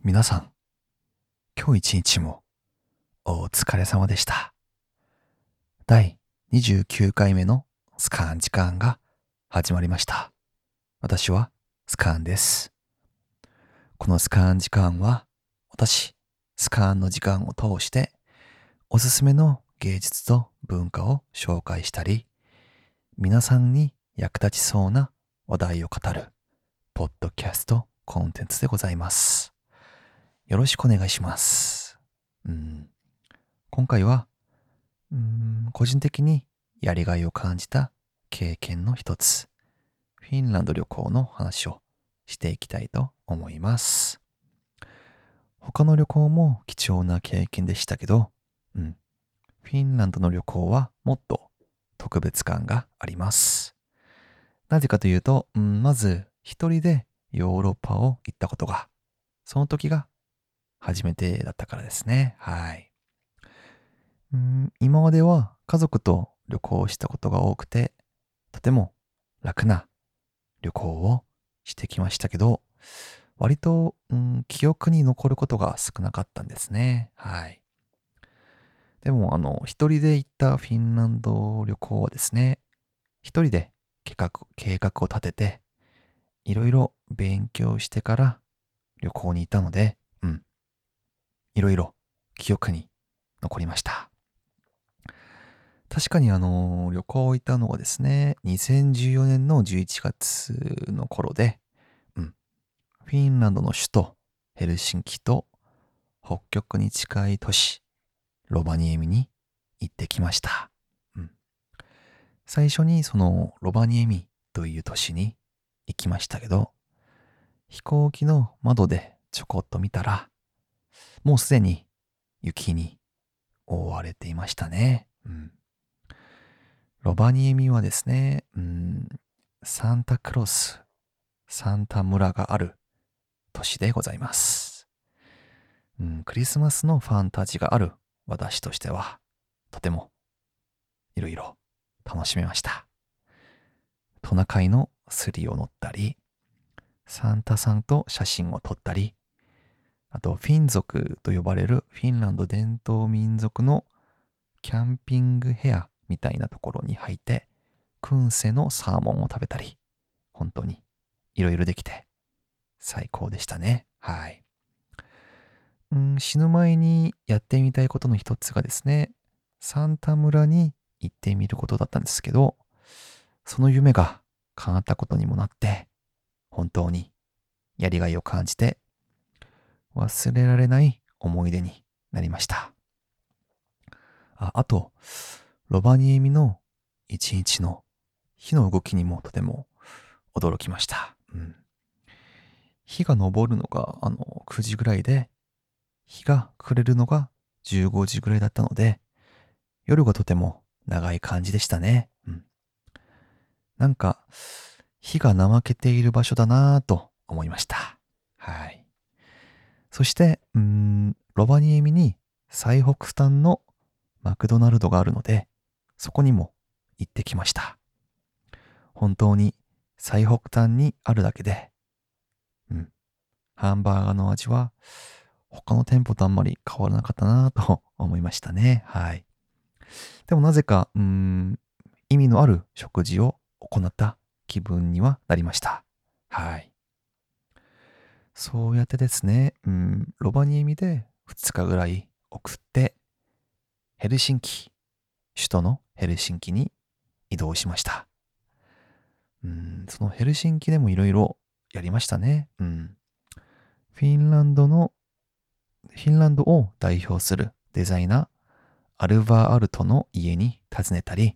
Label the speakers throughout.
Speaker 1: 皆さん、今日一日もお疲れ様でした。第29回目のスカーン時間が始まりました。私はスカーンです。このスカーン時間は、私、スカーンの時間を通しておすすめの芸術と文化を紹介したり、皆さんに役立ちそうな話題を語るポッドキャストコンテンツでございます。よろしくお願いします。今回は個人的にやりがいを感じた経験の一つ、フィンランド旅行の話をしていきたいと思います。他の旅行も貴重な経験でしたけど、フィンランドの旅行はもっと特別感があります。なぜかというと、まず一人でヨーロッパを行ったことが、その時が初めてだったからですね。はい。今までは家族と旅行したことが多くて、とても楽な旅行をしてきましたけど、割と、記憶に残ることが少なかったんですね。はい。でも、一人で行ったフィンランド旅行はですね、一人で計画を立てて、いろいろ勉強してから旅行に行ったので、いろいろ記憶に残りました。確かに旅行行ったのがですね、2014年の11月の頃で、フィンランドの首都ヘルシンキと北極に近い都市ロバニエミに行ってきました。最初にそのロバニエミという都市に行きましたけど、飛行機の窓でちょこっと見たら、もうすでに雪に覆われていましたね。ロバニエミはですね、サンタクロス、サンタ村がある都市でございます。クリスマスのファンタジーがある私としては、とてもいろいろ楽しめました。トナカイのスリを乗ったり、サンタさんと写真を撮ったり、あとフィン族と呼ばれるフィンランド伝統民族のキャンピングヘアみたいなところに入って、燻製のサーモンを食べたり、本当にいろいろできて最高でしたね。はい。死ぬ前にやってみたいことの一つがですね、サンタ村に行ってみることだったんですけど、その夢が叶ったことにもなって、本当にやりがいを感じて、忘れられない思い出になりました。あと、ロバニエミの一日の火の動きにもとても驚きました。日が昇るのが9時ぐらいで、日が暮れるのが15時ぐらいだったので、夜がとても長い感じでしたね。なんか、火が怠けている場所だなぁと思いました。はい。そして、ロバニエミに最北端のマクドナルドがあるので、そこにも行ってきました。本当に最北端にあるだけで、ハンバーガーの味は他の店舗とあんまり変わらなかったなと思いましたね。はい。でもなぜか、意味のある食事を行った気分にはなりました。はい。そうやってですね、ロバニエミで2日ぐらい送って、ヘルシンキ、首都のヘルシンキに移動しました。そのヘルシンキでもいろいろやりましたね。フィンランドを代表するデザイナー、アルバー・アルトの家に訪ねたり、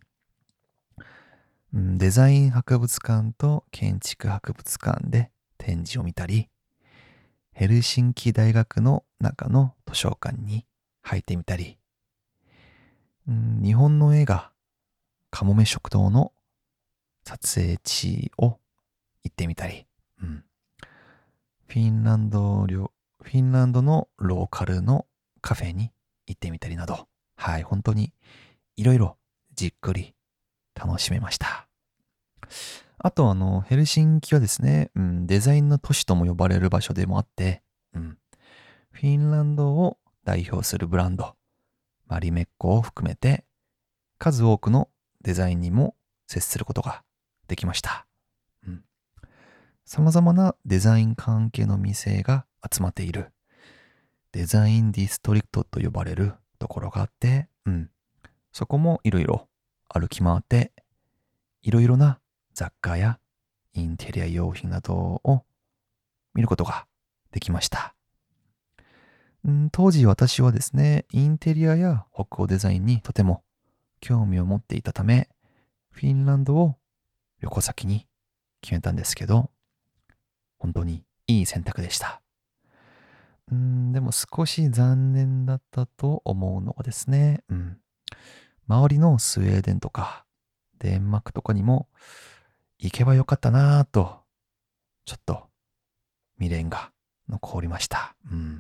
Speaker 1: デザイン博物館と建築博物館で展示を見たり、ヘルシンキ大学の中の図書館に入ってみたり、日本の映画、かもめ食堂の撮影地を行ってみたり、フィンランドのローカルのカフェに行ってみたりなど、はい、本当にいろいろじっくり楽しめました。あとヘルシンキはですね、デザインの都市とも呼ばれる場所でもあって、 フィンランドを代表するブランド、マリメッコを含めて数多くのデザインにも接することができました。様々なデザイン関係の店が集まっているデザインディストリクトと呼ばれるところがあって、そこもいろいろ歩き回って、いろいろな雑貨やインテリア用品などを見ることができました。当時私はですね、インテリアや北欧デザインにとても興味を持っていたため、フィンランドを旅行先に決めたんですけど、本当にいい選択でした。でも少し残念だったと思うのがですね、周りのスウェーデンとかデンマークとかにも行けばよかったなぁと、ちょっと未練が残りました。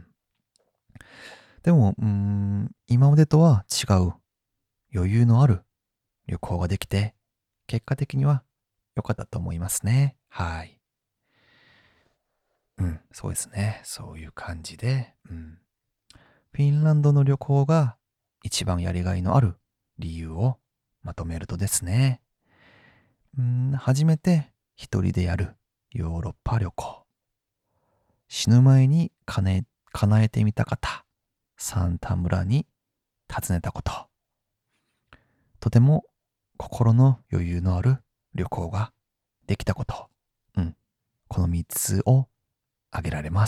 Speaker 1: でも、今までとは違う余裕のある旅行ができて、結果的には良かったと思いますね。はい。そうですね。そういう感じで、フィンランドの旅行が一番やりがいのある理由をまとめるとですね、初めて一人でやるヨーロッパ旅行。死ぬ前に叶えてみたかったサンタ村に訪ねたこと。とても心の余裕のある旅行ができたこと。この3つを挙げられます。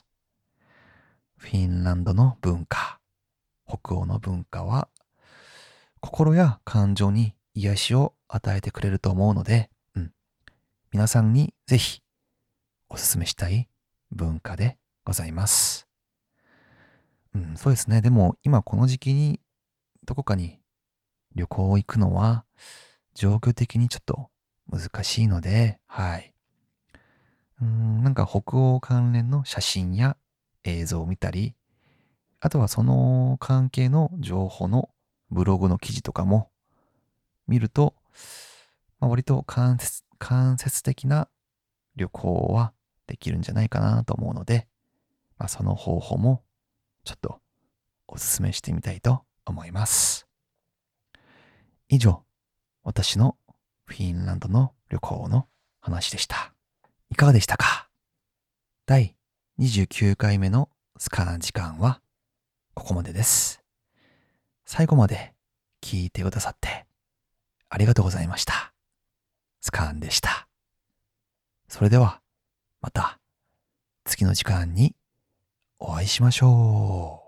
Speaker 1: フィンランドの文化、北欧の文化は心や感情に癒しを与えてくれると思うので、皆さんにぜひお勧めしたい文化でございます。そうですね。でも今この時期にどこかに旅行行くのは状況的にちょっと難しいので、はい。なんか北欧関連の写真や映像を見たり、あとはその関係の情報のブログの記事とかも見ると、割と間接的な旅行はできるんじゃないかなと思うので、その方法もちょっとお勧めしてみたいと思います。以上、私のフィンランドの旅行の話でした。いかがでしたか？第29回目のスカーン時間はここまでです。最後まで聞いてくださってありがとうございました。スカーンでした。それではまた次の時間にお会いしましょう。